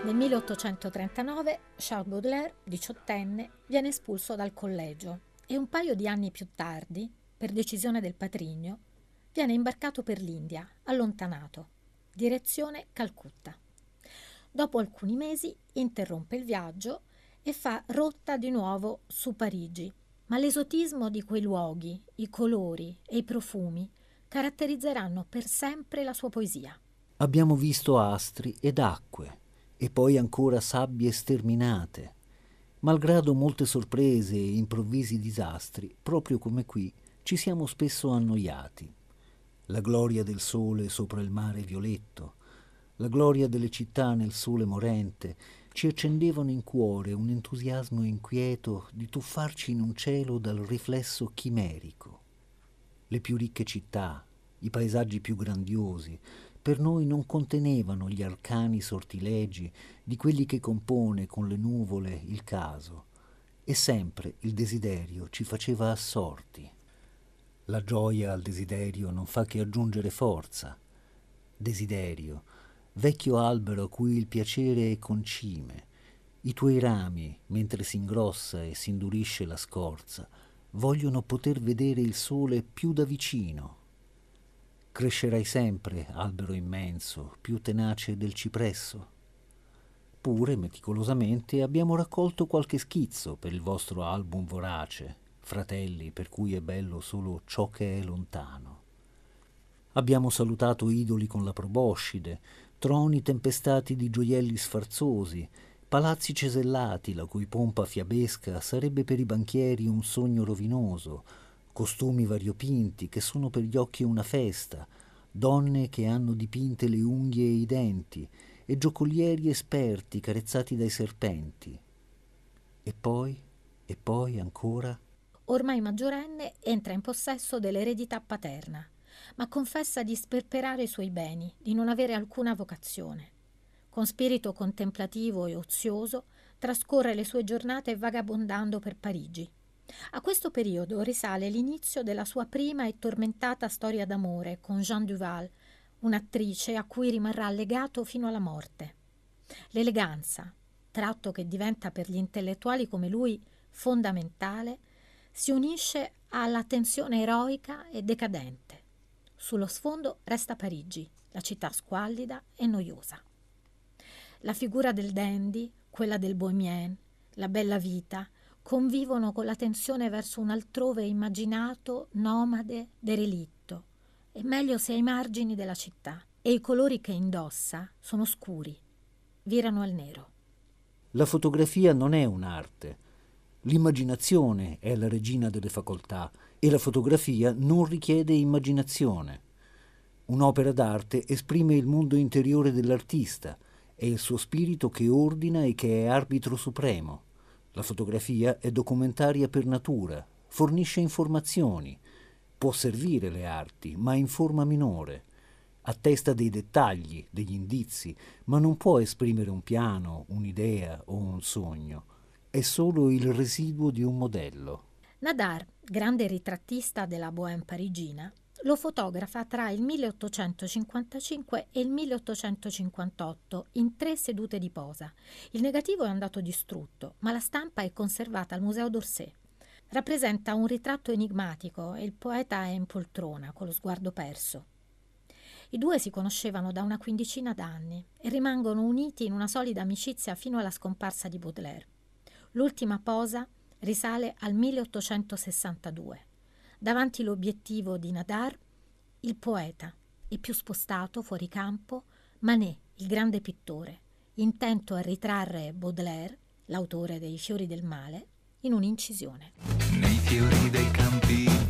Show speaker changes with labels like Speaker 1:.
Speaker 1: Nel 1839 Charles Baudelaire, diciottenne, viene espulso dal collegio e un paio di anni più tardi, per decisione del patrigno, viene imbarcato per l'India, allontanato, direzione Calcutta. Dopo alcuni mesi interrompe il viaggio e fa rotta di nuovo su Parigi, ma l'esotismo di quei luoghi, i colori e i profumi caratterizzeranno per sempre la sua poesia.
Speaker 2: Abbiamo visto astri ed acque, e poi ancora sabbie sterminate. Malgrado molte sorprese e improvvisi disastri, proprio come qui, ci siamo spesso annoiati. La gloria del sole sopra il mare violetto, la gloria delle città nel sole morente, ci accendevano in cuore un entusiasmo inquieto di tuffarci in un cielo dal riflesso chimerico. Le più ricche città, i paesaggi più grandiosi, per noi non contenevano gli arcani sortilegi di quelli che compone con le nuvole il caso, e sempre il desiderio ci faceva assorti. La gioia al desiderio non fa che aggiungere forza. Desiderio, vecchio albero a cui il piacere è concime, i tuoi rami, mentre si ingrossa e si indurisce la scorza, vogliono poter vedere il sole più da vicino. Crescerai sempre, albero immenso, più tenace del cipresso. Pure, meticolosamente, abbiamo raccolto qualche schizzo per il vostro album vorace, fratelli, per cui è bello solo ciò che è lontano. Abbiamo salutato idoli con la proboscide, troni tempestati di gioielli sfarzosi, palazzi cesellati la cui pompa fiabesca sarebbe per i banchieri un sogno rovinoso, costumi variopinti che sono per gli occhi una festa, donne che hanno dipinte le unghie e i denti, e giocolieri esperti carezzati dai serpenti. E poi ancora...
Speaker 1: Ormai maggiorenne, entra in possesso dell'eredità paterna, ma confessa di sperperare i suoi beni, di non avere alcuna vocazione. Con spirito contemplativo e ozioso, trascorre le sue giornate vagabondando per Parigi. A questo periodo risale l'inizio della sua prima e tormentata storia d'amore con Jeanne Duval, un'attrice a cui rimarrà legato fino alla morte. L'eleganza, tratto che diventa per gli intellettuali come lui fondamentale, si unisce alla tensione eroica e decadente. Sullo sfondo resta Parigi, la città squallida e noiosa. La figura del dandy, quella del bohemien, la bella vita, convivono con la tensione verso un altrove immaginato, nomade, derelitto, e meglio se ai margini della città, e i colori che indossa sono scuri, virano al nero.
Speaker 2: La fotografia non è un'arte. L'immaginazione è la regina delle facoltà e la fotografia non richiede immaginazione. Un'opera d'arte esprime il mondo interiore dell'artista, è il suo spirito che ordina e che è arbitro supremo. La fotografia è documentaria per natura, fornisce informazioni, può servire le arti, ma in forma minore. Attesta dei dettagli, degli indizi, ma non può esprimere un piano, un'idea o un sogno. È solo il residuo di un modello.
Speaker 1: Nadar, grande ritrattista della bohème parigina, lo fotografa tra il 1855 e il 1858 in 3 sedute di posa. Il negativo è andato distrutto, ma la stampa è conservata al Museo d'Orsay. Rappresenta un ritratto enigmatico e il poeta è in poltrona, con lo sguardo perso. I due si conoscevano da una quindicina d'anni e rimangono uniti in una solida amicizia fino alla scomparsa di Baudelaire. L'ultima posa risale al 1862. Davanti l'obiettivo di Nadar, il poeta, e più spostato fuori campo, Manet, il grande pittore, intento a ritrarre Baudelaire, l'autore dei Fiori del Male, in un'incisione.
Speaker 3: Nei fiori dei campi